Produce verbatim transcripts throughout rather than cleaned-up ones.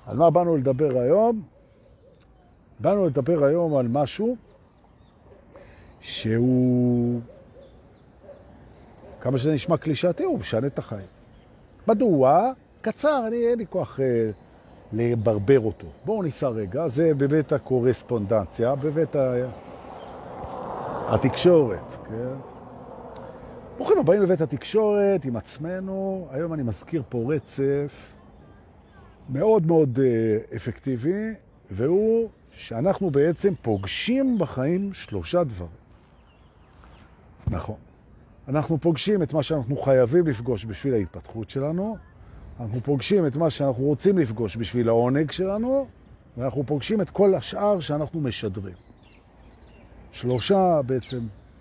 על מה באנו לדבר היום? באנו לדבר היום על משהו שהוא, כמה שזה נשמע קלישאתי, הוא משנה את החיים. מדוע? קצר, אני אין לי כוח אה, לברבר אותו. בואו ניסע רגע, זה בבית הקורספונדנציה, בבית ה... התקשורת, כן? ברוכים הבאים לבית התקשורת עם עצמנו. היום אני מזכיר פה רצף מאוד מאוד אה, אפקטיבי, והוא שאנחנו בעצם פוגשים בחיים שלושה דברים. נכון. אנחנו פוגשים את מה שאנחנו חייבים לפגוש בשביל ההתפתחות שלנו, אנחנו פוגשים את מה שאנחנו רוצים לפגוש בשביל העונג שלנו, ואנחנו פוגשים את כל השאר שאנחנו משדרים. שלושה בעצם,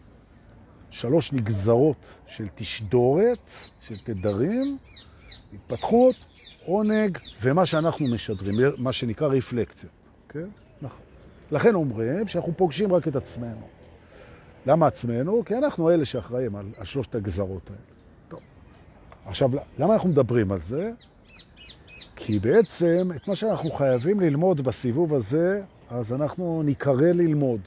שלוש נגזרות של תשדורת, של תדרים, התפתחות, עונג, ומה שאנחנו משדרים, מה שנקרא רפלקציות. כן? נכון. לכן אומרים שאנחנו פוגשים רק את עצמנו. למה עצמנו? כי אנחנו אלה שאחראים על, על שלושת הגזרות האלה. טוב. עכשיו, למה אנחנו מדברים על זה? כי בעצם את מה שאנחנו חייבים ללמוד בסיבוב הזה, אז אנחנו נקרא ללמוד.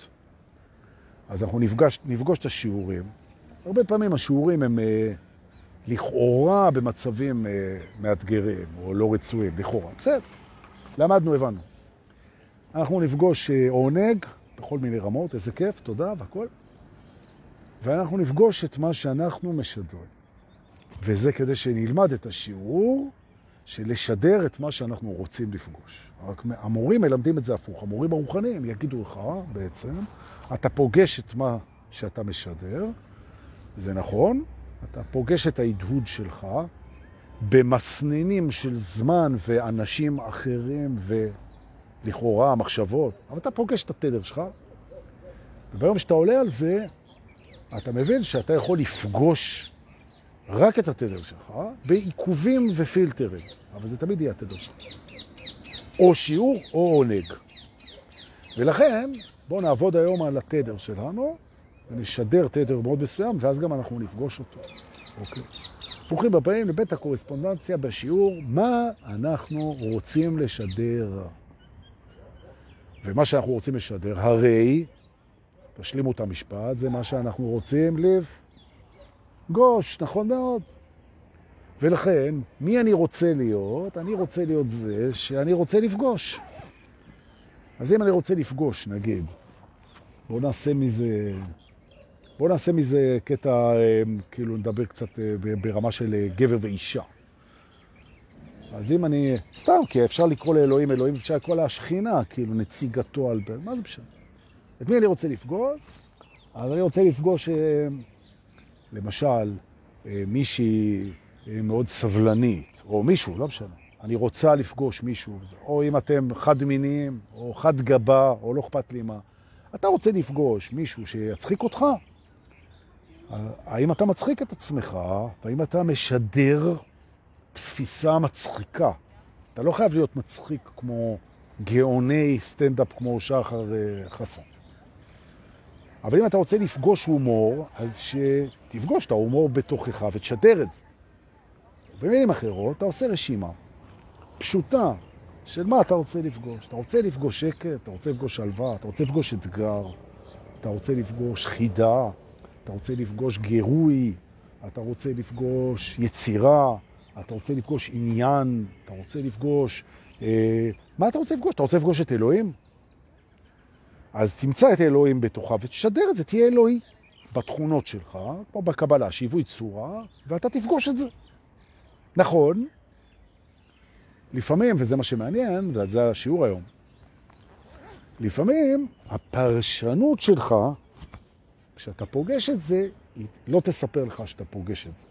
אז אנחנו נפגש, נפגוש את השיעורים. הרבה פעמים השיעורים הם אה, לכאורה במצבים אה, מאתגרים או לא רצויים, לכאורה. בסדר, למדנו, הבנו. אנחנו נפגוש אה, עונג בכל מיני רמות, איזה כיף, תודה והכל. ואנחנו נפגוש את מה שאנחנו משדרים. וזה כדי שנלמד את השיעור של לשדר את מה שאנחנו רוצים לפגוש. רק המורים מלמדים את זה הפוך. המורים הרוחניים יגידו לך בעצם, אתה פוגש את מה שאתה משדר, זה נכון, אתה פוגש את ההדהוד שלך במסננים של זמן ואנשים אחרים ולכאורה מחשבות, אבל אתה פוגש את התדר שלך, וביום שאתה עולה על זה, אתה מבין שאתה יכול לפגוש רק את התדר שלך בעיכובים ופילטרים, אבל זה תמיד יהיה התדר שלך. או שיעור או עונג. ולכן, בואו נעבוד היום על התדר שלנו, ונשדר תדר מאוד מסוים, ואז גם אנחנו נפגוש אותו. אוקיי. ברוכים הבאים לבית הקורספונדנציה בשיעור, מה אנחנו רוצים לשדר. ומה שאנחנו רוצים לשדר, הרי, תשלימו את המשפט, זה מה שאנחנו רוצים לפגוש, נכון מאוד. ולכן, מי אני רוצה להיות? אני רוצה להיות זה שאני רוצה לפגוש. אז אם אני רוצה לפגוש, נגיד, בואו נעשה מזה, בואו נעשה מזה קטע, כאילו נדבר קצת ברמה של גבר ואישה. אז אם אני, סתם, כי אפשר לקרוא לאלוהים, אלוהים אפשר לקרוא להשכינה, כאילו נציגתו על, מה זה בשביל? את מי אני רוצה לפגוש? אז אני רוצה לפגוש, למשל, מישהי מאוד סבלנית, או מישהו, לא משנה. אני רוצה לפגוש מישהו, או אם אתם חד מיניים, או חד גבה, או לא אכפת לי מה. אתה רוצה לפגוש מישהו שיצחיק אותך? האם אתה מצחיק את עצמך, והאם אתה משדר תפיסה מצחיקה? אתה לא חייב להיות מצחיק כמו גאוני סטנדאפ כמו שחר חסון. אבל אם אתה רוצה לפגוש הומור, אז שתפגוש את ההומור בתוכך ותשדר את זה. במילים אחרות, אתה עושה רשימה פשוטה של מה אתה רוצה לפגוש. אתה רוצה לפגוש שקט, אתה רוצה לפגוש שלווה, אתה רוצה לפגוש אתגר, אתה רוצה לפגוש חידה, אתה רוצה לפגוש גירוי, אתה רוצה לפגוש יצירה, אתה רוצה לפגוש עניין, אתה רוצה לפגוש... אה, מה אתה רוצה לפגוש? אתה רוצה לפגוש את אלוהים? אז תמצא את אלוהים בתוכה ותשדר את זה, תהיה אלוהי בתכונות שלך, כמו בקבלה, שיווי צורה, ואתה תפגוש את זה. נכון, לפעמים, וזה מה שמעניין, וזה השיעור היום, לפעמים הפרשנות שלך, כשאתה פוגש את זה, היא לא תספר לך שאתה פוגש את זה.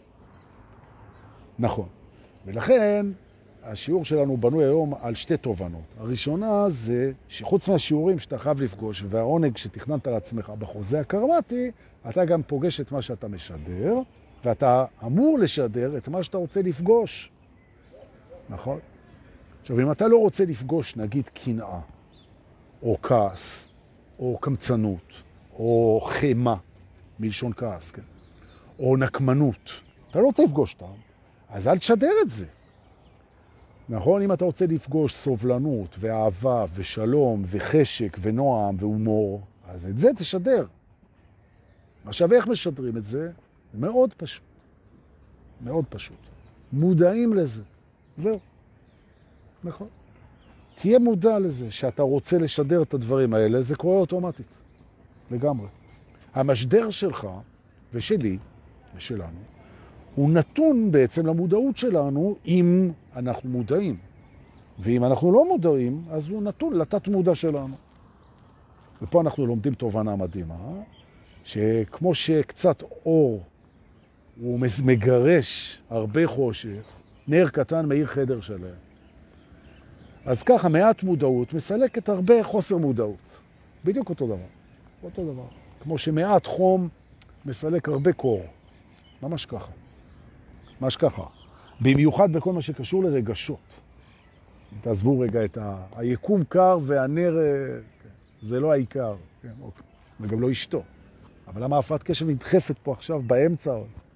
נכון. ולכן, השיעור שלנו בנוי היום על שתי תובנות. הראשונה זה שחוץ מהשיעורים שאתה חייב לפגוש, והעונג שתכננת לעצמך בחוזה הקרמטי, אתה גם פוגש את מה שאתה משדר, ואתה אמור לשדר את מה שאתה רוצה לפגוש. נכון? עכשיו, אם אתה לא רוצה לפגוש, נגיד, קנאה, או כעס, או קמצנות, או חמה, מלשון כעס, כן? או נקמנות, אתה לא רוצה לפגוש אותם, אז אל תשדר את זה. נכון? אם אתה רוצה לפגוש סובלנות ואהבה ושלום וחשק ונועם והומור, אז את זה תשדר. עכשיו, איך משדרים את זה? זה מאוד פשוט. מאוד פשוט. מודעים לזה. זהו. נכון. תהיה מודע לזה שאתה רוצה לשדר את הדברים האלה, זה קורה אוטומטית. לגמרי. המשדר שלך ושלי ושלנו, הוא נתון בעצם למודעות שלנו אם אנחנו מודעים. ואם אנחנו לא מודעים, אז הוא נתון לתת מודע שלנו. ופה אנחנו לומדים תובנה מדהימה, שכמו שקצת אור הוא מגרש הרבה חושך, נר קטן מאיר חדר שלהם. אז ככה מעט מודעות מסלקת הרבה חוסר מודעות. בדיוק אותו דבר. אותו דבר. כמו שמעט חום מסלק הרבה קור. ממש ככה. ממש ככה. במיוחד בכל מה שקשור לרגשות. תעזבו רגע את ה... היקום קר והנר, זה לא העיקר. כן, אוקיי. וגם לא אשתו. אבל למה הפרעת קשב נדחפת פה עכשיו באמצע?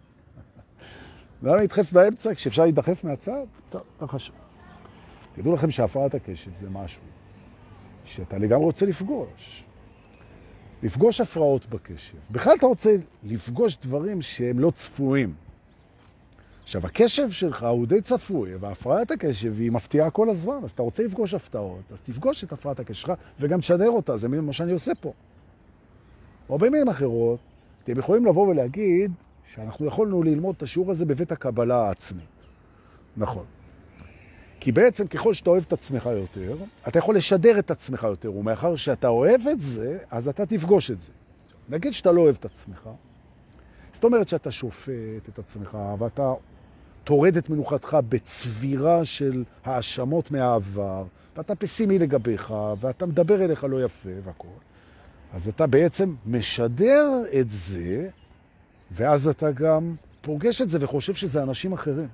למה נדחפת באמצע כשאפשר להידחף מהצד? טוב, לא חשוב. תדעו לכם שהפרעת הקשב זה משהו שאתה לגמרי רוצה לפגוש. לפגוש הפרעות בקשב. בכלל אתה רוצה לפגוש דברים שהם לא צפויים. עכשיו, הקשב שלך הוא די צפוי, והפרעת הקשב היא מפתיעה כל הזמן, אז אתה רוצה לפגוש הפתעות, אז תפגוש את הפרעת הקשב שלך וגם תשדר אותה, זה מה שאני עושה פה. או במילים אחרות, אתם יכולים לבוא ולהגיד שאנחנו יכולנו ללמוד את השיעור הזה בבית הקבלה העצמית. נכון. כי בעצם ככל שאתה אוהב את עצמך יותר, אתה יכול לשדר את עצמך יותר, ומאחר שאתה אוהב את זה, אז אתה תפגוש את זה. נגיד שאתה לא אוהב את עצמך, זאת אומרת שאתה שופט את עצמך, ואתה תורד את מנוחתך בצבירה של האשמות מהעבר, ואתה פסימי לגביך, ואתה מדבר אליך לא יפה והכל. אז אתה בעצם משדר את זה, ואז אתה גם פוגש את זה וחושב שזה אנשים אחרים.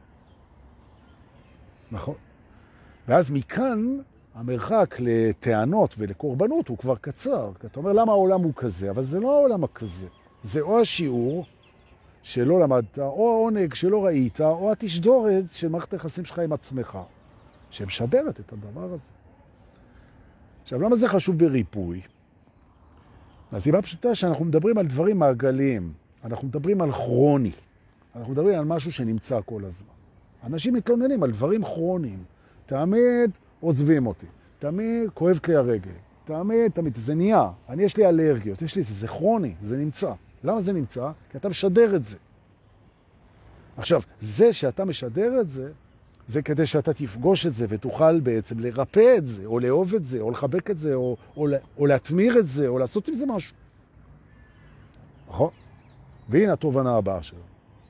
נכון? ואז מכאן המרחק לטענות ולקורבנות הוא כבר קצר. כי אתה אומר, למה העולם הוא כזה? אבל זה לא העולם הכזה. זה או השיעור שלא למדת, או העונג שלא ראית, או התשדורת של מערכת היחסים שלך עם עצמך, שמשדרת את הדבר הזה. עכשיו, למה זה חשוב בריפוי? הסיבה פשוטה שאנחנו מדברים על דברים מעגליים. אנחנו מדברים על כרוני. אנחנו מדברים על משהו שנמצא כל הזמן. אנשים מתלוננים על דברים כרוניים. תמיד עוזבים אותי. תמיד כואבת לי הרגל. תמיד, תמיד. זה נהיה. אני יש לי אלרגיות. יש לי זה, זה כרוני. זה נמצא. למה זה נמצא? כי אתה משדר את זה. עכשיו, זה שאתה משדר את זה, זה כדי שאתה תפגוש את זה ותוכל בעצם לרפא את זה, או לאהוב את זה, או לחבק את זה, או, או, או להתמיר את זה, או לעשות עם זה משהו. נכון? והנה התובנה הבאה שלו.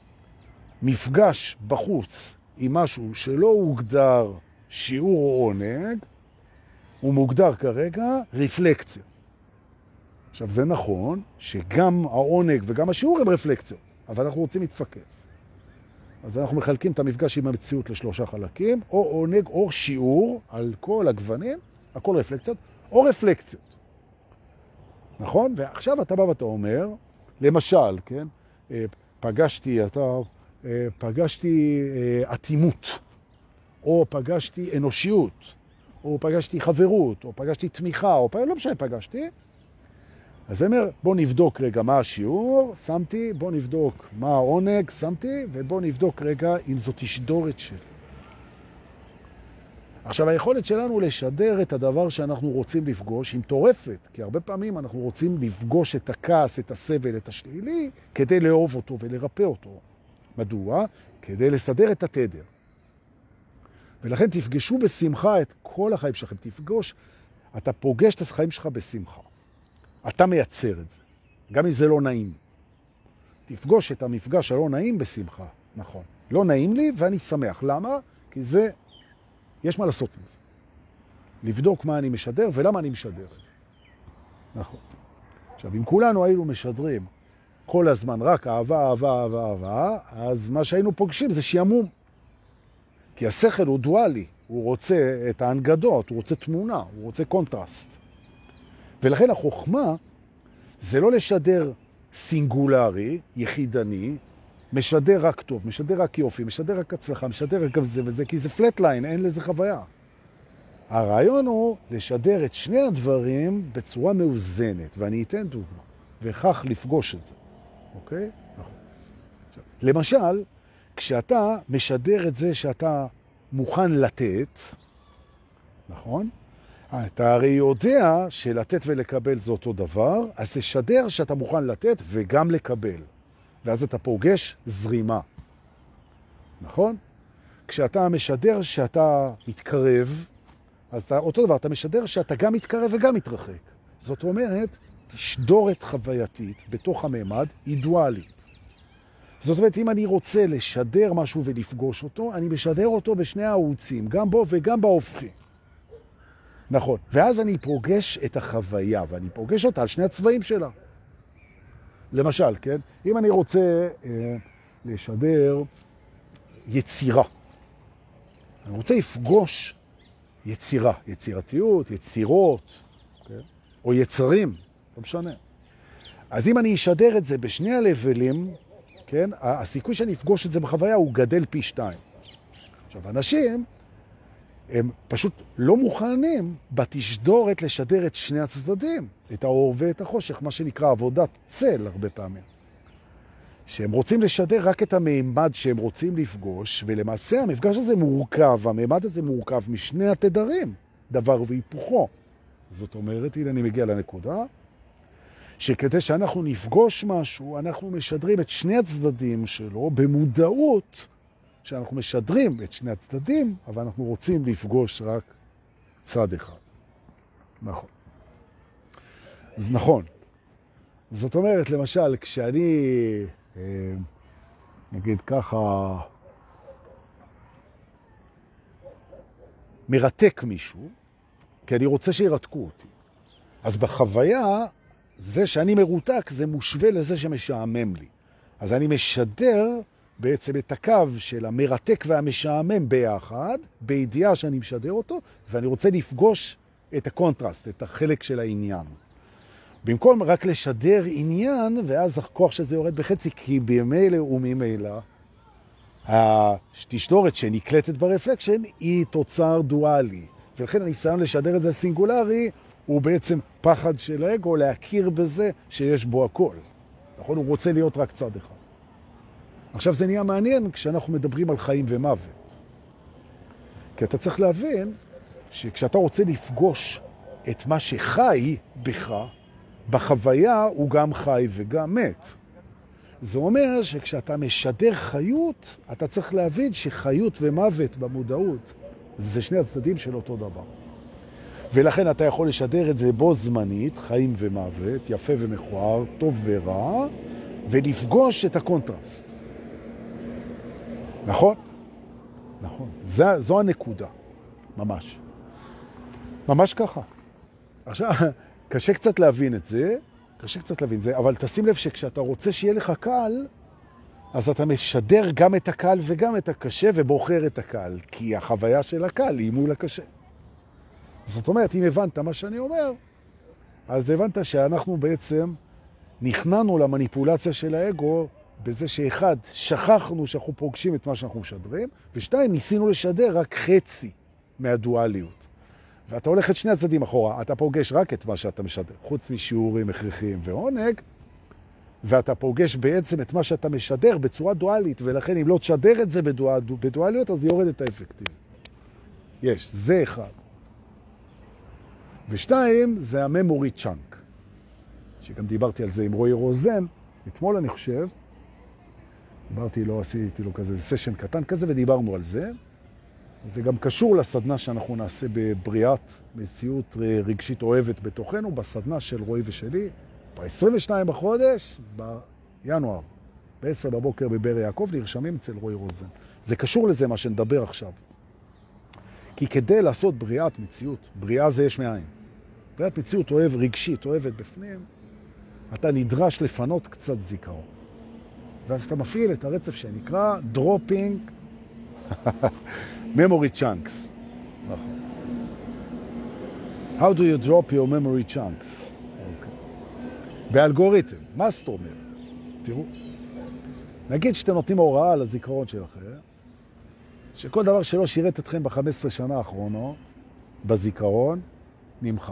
מפגש בחוץ עם משהו שלא הוגדר שיעור או עונג, הוא מוגדר כרגע רפלקציה. עכשיו, זה נכון שגם העונג וגם השיעור הם רפלקציות, אבל אנחנו רוצים להתפקס. אז אנחנו מחלקים את המפגש עם המציאות לשלושה חלקים, או עונג או שיעור על כל הגוונים, הכל רפלקציות, או רפלקציות. נכון? ועכשיו אתה בא ואתה אומר, למשל, כן, פגשתי, אתה, פגשתי אטימות, או פגשתי אנושיות, או פגשתי חברות, או פגשתי תמיכה, או לא משנה פגשתי, אז זה אומר, בוא נבדוק רגע מה השיעור, שמתי, בוא נבדוק מה העונג, שמתי, ובוא נבדוק רגע אם זו תשדורת שלי. עכשיו, היכולת שלנו לשדר את הדבר שאנחנו רוצים לפגוש היא מטורפת, כי הרבה פעמים אנחנו רוצים לפגוש את הכעס, את הסבל, את השלילי, כדי לאהוב אותו ולרפא אותו. מדוע? כדי לסדר את התדר. ולכן תפגשו בשמחה את כל החיים שלכם. תפגוש, אתה פוגש את החיים שלך בשמחה. אתה מייצר את זה, גם אם זה לא נעים. תפגוש את המפגש הלא נעים בשמחה, נכון. לא נעים לי ואני שמח. למה? כי זה, יש מה לעשות עם זה. לבדוק מה אני משדר ולמה אני משדר את זה. נכון. עכשיו, אם כולנו היינו משדרים כל הזמן רק אהבה, אהבה, אהבה, אהבה, אז מה שהיינו פוגשים זה שימום. כי השכל הוא דואלי, הוא רוצה את ההנגדות, הוא רוצה תמונה, הוא רוצה קונטרסט. ולכן החוכמה זה לא לשדר סינגולרי, יחידני, משדר רק טוב, משדר רק יופי, משדר רק הצלחה, משדר רק זה וזה, כי זה פלט ליין, אין לזה חוויה. הרעיון הוא לשדר את שני הדברים בצורה מאוזנת, ואני אתן דוגמה, וכך לפגוש את זה, אוקיי? נכון. למשל, כשאתה משדר את זה שאתה מוכן לתת, נכון? אתה הרי יודע שלתת ולקבל זה אותו דבר, אז תשדר שאתה מוכן לתת וגם לקבל. ואז אתה פוגש זרימה. נכון? כשאתה משדר שאתה מתקרב, אז אתה, אותו דבר, אתה משדר שאתה גם מתקרב וגם מתרחק. זאת אומרת, תשדורת חווייתית בתוך הממד היא דואלית. זאת אומרת, אם אני רוצה לשדר משהו ולפגוש אותו, אני משדר אותו בשני הערוצים, גם בו וגם בהופכי. נכון. ואז אני פוגש את החוויה, ואני פוגש אותה על שני הצבעים שלה. למשל, כן? אם אני רוצה אה, לשדר יצירה, אני רוצה לפגוש יצירה, יצירתיות, יצירות, כן? או יצרים, לא משנה. אז אם אני אשדר את זה בשני הלבלים, כן? הסיכוי שאני אפגוש את זה בחוויה הוא גדל פי שתיים. עכשיו, אנשים הם פשוט לא מוכנים בתשדורת לשדר את שני הצדדים, את האור ואת החושך, מה שנקרא עבודת צל הרבה פעמים. שהם רוצים לשדר רק את המימד שהם רוצים לפגוש, ולמעשה המפגש הזה מורכב, המימד הזה מורכב משני התדרים, דבר והיפוכו. זאת אומרת, הנה אני מגיע לנקודה, שכדי שאנחנו נפגוש משהו, אנחנו משדרים את שני הצדדים שלו במודעות, שאנחנו משדרים את שני הצדדים, אבל אנחנו רוצים לפגוש רק צד אחד. נכון. אז נכון. זאת אומרת, למשל, כשאני, נגיד ככה, מרתק מישהו, כי אני רוצה שירתקו אותי. אז בחוויה, זה שאני מרותק, זה מושווה לזה שמשעמם לי. אז אני משדר בעצם את הקו של המרתק והמשעמם ביחד, בידיעה שאני משדר אותו, ואני רוצה לפגוש את הקונטרסט, את החלק של העניין. במקום רק לשדר עניין, ואז הכוח שזה יורד בחצי, כי במילא וממילא, התשדורת שנקלטת ברפלקשן היא תוצר דואלי. ולכן הניסיון לשדר את זה סינגולרי, הוא בעצם פחד של האגו להכיר בזה שיש בו הכל. נכון? הוא רוצה להיות רק צד אחד. עכשיו זה נהיה מעניין כשאנחנו מדברים על חיים ומוות. כי אתה צריך להבין שכשאתה רוצה לפגוש את מה שחי בך, בחוויה הוא גם חי וגם מת. זה אומר שכשאתה משדר חיות, אתה צריך להבין שחיות ומוות במודעות זה שני הצדדים של אותו דבר. ולכן אתה יכול לשדר את זה בו זמנית, חיים ומוות, יפה ומכוער, טוב ורע, ולפגוש את הקונטרסט. נכון? נכון. זו, זו הנקודה. ממש. ממש ככה. עכשיו, קשה קצת להבין את זה, קשה קצת להבין את זה, אבל תשים לב שכשאתה רוצה שיהיה לך קל, אז אתה משדר גם את הקל וגם את הקשה, ובוחר את הקל, כי החוויה של הקל היא מול הקשה. זאת אומרת, אם הבנת מה שאני אומר, אז הבנת שאנחנו בעצם נכנענו למניפולציה של האגו, בזה שאחד, שכחנו שאנחנו פוגשים את מה שאנחנו משדרים, ושתיים, ניסינו לשדר רק חצי מהדואליות. ואתה הולך את שני הצדדים אחורה, אתה פוגש רק את מה שאתה משדר, חוץ משיעורים הכרחיים ועונג, ואתה פוגש בעצם את מה שאתה משדר בצורה דואלית, ולכן אם לא תשדר את זה בדואל, בדואליות, אז יורד את האפקטיביות. יש, זה אחד. ושתיים, זה הממורי צ'אנק, שגם דיברתי על זה עם רועי רוזן, אתמול אני חושב, דיברתי לו, עשיתי לו כזה סשן קטן כזה, ודיברנו על זה. זה גם קשור לסדנה שאנחנו נעשה בבריאת מציאות רגשית אוהבת בתוכנו, בסדנה של רועי ושלי, ב-עשרים ושניים בחודש, בינואר, ב-עשר בבוקר בבאר יעקב, נרשמים אצל רועי רוזן. זה קשור לזה מה שנדבר עכשיו. כי כדי לעשות בריאת מציאות, בריאה זה יש מאין. בריאת מציאות אוהב רגשית, אוהבת בפנים, אתה נדרש לפנות קצת זיכרון. ואז אתה מפעיל את הרצף שנקרא dropping memory chunks. נכון. How do you drop your memory chunks? Okay. באלגוריתם. מה זאת אומרת? תראו. נגיד שאתם נותנים הוראה על הזיכרון שלכם, שכל דבר שלא שירת אתכם ב-חמש עשרה שנה האחרונות, בזיכרון, נמחק.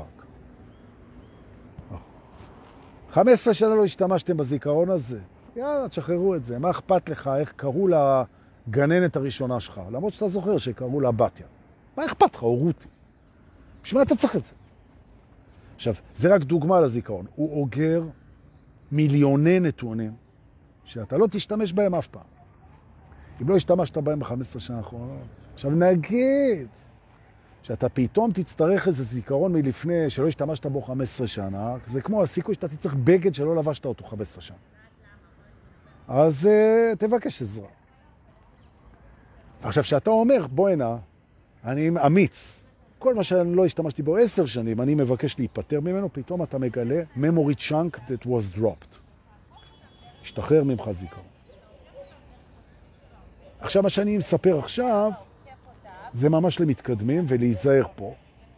חמש עשרה שנה לא השתמשתם בזיכרון הזה, יאללה, תשחררו את זה. מה אכפת לך איך קראו לגננת הראשונה שלך? למרות שאתה זוכר שקראו לה בתיה. מה אכפת לך? או רותי. בשביל מה אתה צריך את זה? עכשיו, זה רק דוגמה לזיכרון. הוא אוגר מיליוני נתונים שאתה לא תשתמש בהם אף פעם. אם לא השתמשת בהם ב-חמש עשרה שנה האחרונות. עכשיו נגיד שאתה פתאום תצטרך איזה זיכרון מלפני שלא השתמשת בו חמש עשרה שנה, זה כמו הסיכוי שאתה תצטרך בגד שלא לבשת אותו חמש עשרה שנה. אז uh, תבקש עזרה. עכשיו, שאתה אומר, בוא הנה, אני אמיץ, כל מה שאני לא השתמשתי בו עשר שנים, אני מבקש להיפטר ממנו, פתאום אתה מגלה memory chunk that was dropped. השתחרר ממך זיכרון. עכשיו, מה שאני מספר עכשיו, זה ממש למתקדמים, ולהיזהר פה.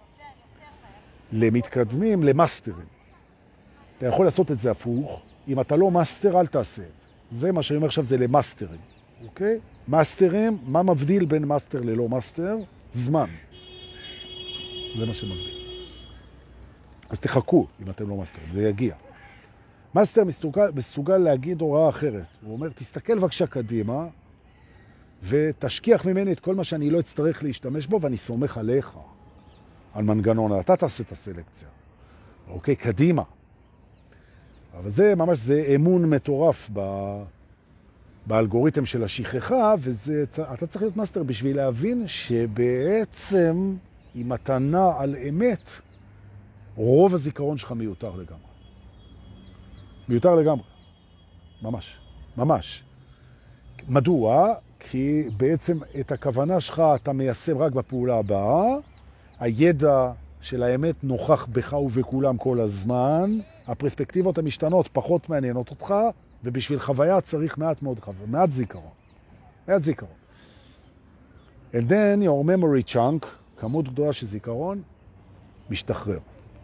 למתקדמים, למאסטרים. אתה יכול לעשות את זה הפוך. אם אתה לא מאסטר, אל תעשה את זה. זה מה שאני אומר עכשיו, זה למאסטרים. אוקיי? מאסטרים, מה מבדיל בין מאסטר ללא מאסטר? זמן. זה מה שמבדיל. אז תחכו אם אתם לא מאסטרים, זה יגיע. מאסטר מסוגל, מסוגל להגיד הוראה אחרת. הוא אומר, תסתכל בבקשה קדימה, ותשכיח ממני את כל מה שאני לא אצטרך להשתמש בו, ואני סומך עליך, על מנגנון. אתה תעשה את הסלקציה. אוקיי, קדימה. אבל זה ממש, זה אמון מטורף ב... באלגוריתם של השכחה, ואתה צריך להיות מאסטר בשביל להבין שבעצם היא מתנה על אמת, רוב הזיכרון שלך מיותר לגמרי. מיותר לגמרי. ממש. ממש. מדוע? כי בעצם את הכוונה שלך אתה מיישם רק בפעולה הבאה, הידע של האמת נוכח בך ובכולם כל הזמן, הפרספקטיבות המשתנות פחות מעניינות אותך, ובשביל חוויה צריך מעט מאוד חוויה, מעט זיכרון. מעט זיכרון. And then your memory chunk, כמות גדולה של זיכרון, משתחרר.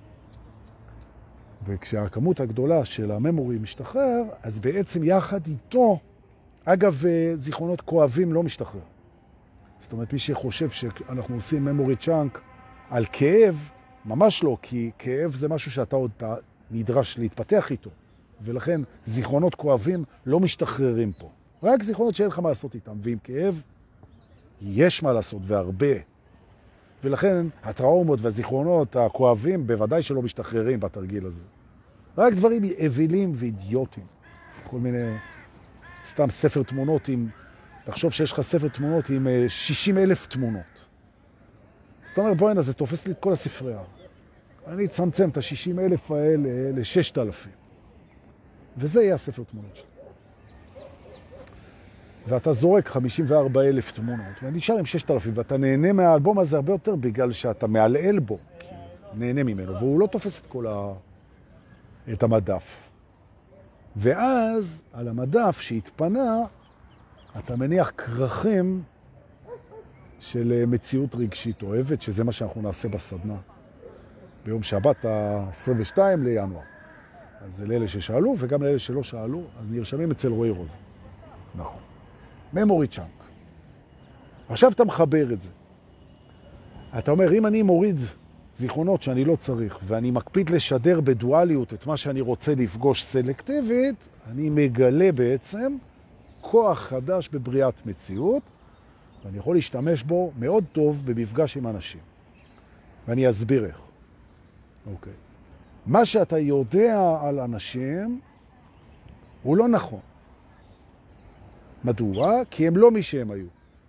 וכשהכמות הגדולה של הממורי משתחרר, אז בעצם יחד איתו, אגב, זיכרונות כואבים לא משתחרר. זאת אומרת, מי שחושב שאנחנו עושים memory chunk על כאב, ממש לא, כי כאב זה משהו שאתה עוד נדרש להתפתח איתו. ולכן זיכרונות כואבים לא משתחררים פה. רק זיכרונות שאין לך מה לעשות איתם. ועם כאב יש מה לעשות, והרבה. ולכן הטראומות והזיכרונות הכואבים בוודאי שלא משתחררים בתרגיל הזה. רק דברים אווילים ואידיוטים. כל מיני, סתם ספר תמונות עם, תחשוב שיש לך ספר תמונות עם שישים אלף תמונות. זאת אומרת, בואי הנה, זה תופס לי את כל הספרייה. אני אצמצם את ה-שישים אלף האלה ל-ששת אלפים. וזה יהיה הספר תמונות שלי. ואתה זורק חמישים וארבעה אלף תמונות, ונשאר עם ששת אלפים, ואתה נהנה מהאלבום הזה הרבה יותר בגלל שאתה מעלעל בו, כי נהנה ממנו, והוא לא תופס את כל ה... את המדף. ואז, על המדף שהתפנה, אתה מניח כרכים של מציאות רגשית אוהבת, שזה מה שאנחנו נעשה בסדנה. ביום שבת ה-עשרים ושניים לינואר. אז זה לאלה ששאלו, וגם לאלה שלא שאלו, אז נרשמים אצל רועי רוזן. נכון. memory chunk. עכשיו אתה מחבר את זה. אתה אומר, אם אני מוריד זיכרונות שאני לא צריך, ואני מקפיד לשדר בדואליות את מה שאני רוצה לפגוש סלקטיבית, אני מגלה בעצם כוח חדש בבריאת מציאות, ואני יכול להשתמש בו מאוד טוב במפגש עם אנשים. ואני אסביר איך. אוקיי. מה שאתה יודע על אנשים הוא לא נכון. מדוע? כי הם לא מי שהם היו.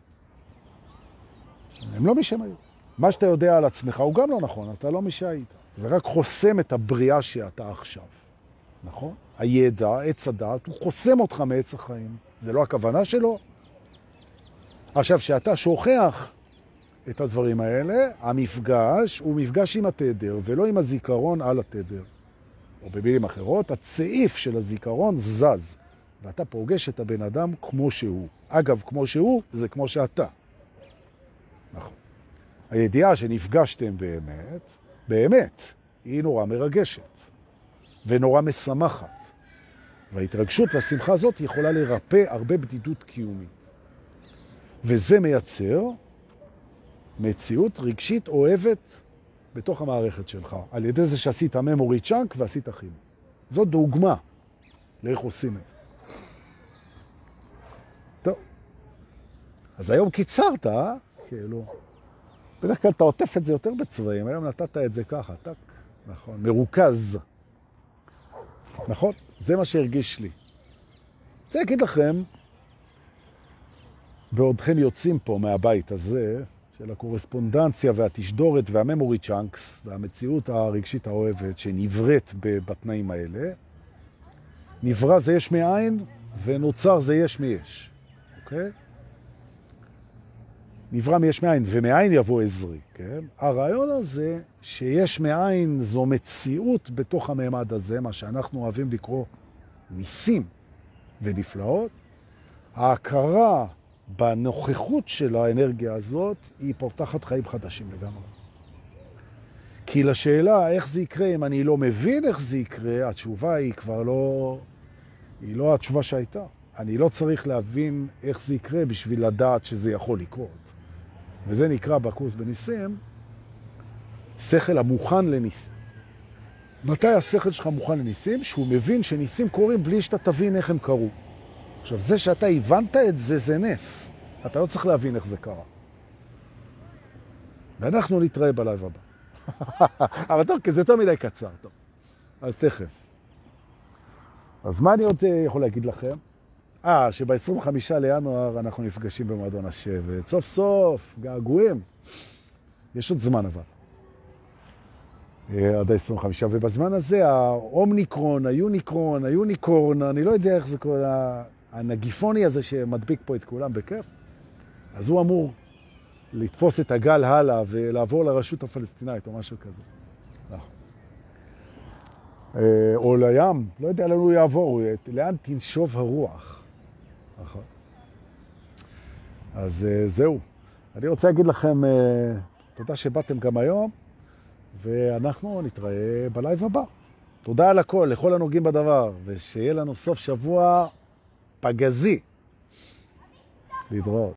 הם לא מי שהם היו. מה שאתה יודע על עצמך הוא גם לא נכון, אתה לא מי שהיית. זה רק חוסם את הבריאה שאתה עכשיו. נכון? הידע, עץ הדעת, הוא חוסם אותך מעץ החיים. זה לא הכוונה שלו. עכשיו, שאתה שוכח את הדברים האלה, המפגש הוא מפגש עם התדר, ולא עם הזיכרון על התדר. או במילים אחרות, הצעיף של הזיכרון זז. ואתה פוגש את הבן אדם כמו שהוא. אגב, כמו שהוא, זה כמו שאתה. נכון. הידיעה שנפגשתם באמת, באמת, היא נורא מרגשת. ונורא משמחת. וההתרגשות והשמחה הזאת יכולה לרפא הרבה בדידות קיומית. וזה מייצר מציאות רגשית אוהבת בתוך המערכת שלך, על ידי זה שעשית memory chunk ועשית חיבור. זו דוגמה לאיך עושים את זה. טוב. אז היום קיצרת, אה? כאילו, בדרך כלל אתה עוטף את זה יותר בצבעים, היום נתת את זה ככה, טק, נכון, מרוכז. נכון? זה מה שהרגיש לי. זה אגיד לכם, בעודכם יוצאים פה מהבית הזה, של הקורספונדנציה והתשדורת והממורי צ'אנקס, והמציאות הרגשית האוהבת שנבראת בתנאים האלה, נברא זה יש מאין, ונוצר זה יש מיש. אוקיי? נברא מיש מאין, ומאין יבוא עזרי, כן? הרעיון הזה שיש מאין זו מציאות בתוך הממד הזה, מה שאנחנו אוהבים לקרוא ניסים ונפלאות. ההכרה בנוכחות של האנרגיה הזאת היא פותחת חיים חדשים לגמרי. כי לשאלה איך זה יקרה, אם אני לא מבין איך זה יקרה, התשובה היא כבר לא, היא לא התשובה שהייתה. אני לא צריך להבין איך זה יקרה בשביל לדעת שזה יכול לקרות. וזה נקרא בקורס בניסים, שכל המוכן לניסים. מתי השכל שלך מוכן לניסים? שהוא מבין שניסים קורים בלי שאתה תבין איך הם קרו. עכשיו, זה שאתה הבנת את זה, זה נס. אתה לא צריך להבין איך זה קרה. ואנחנו נתראה בלייב הבא. אבל טוב, כי זה יותר מדי קצר. טוב. אז תכף. אז מה אני עוד יכול להגיד לכם? אה, שב-עשרים וחמישה לינואר אנחנו נפגשים במועדון השבט. סוף סוף, געגועים. יש עוד זמן אבל. עד ה-עשרים וחמישה, ובזמן הזה האומניקרון, היוניקרון, היוניקורן, אני לא יודע איך זה קורה, הנגיפוני הזה שמדביק פה את כולם בכיף, אז הוא אמור לתפוס את הגל הלאה ולעבור לרשות הפלסטינאית או משהו כזה. או לים, לא יודע לאן הוא יעבור, לאן תנשוב הרוח. נכון. אז זהו. אני רוצה להגיד לכם תודה שבאתם גם היום, ואנחנו נתראה בלייב הבא. תודה על הכל, לכל הנוגעים בדבר, ושיהיה לנו סוף שבוע פגזי. להתראות.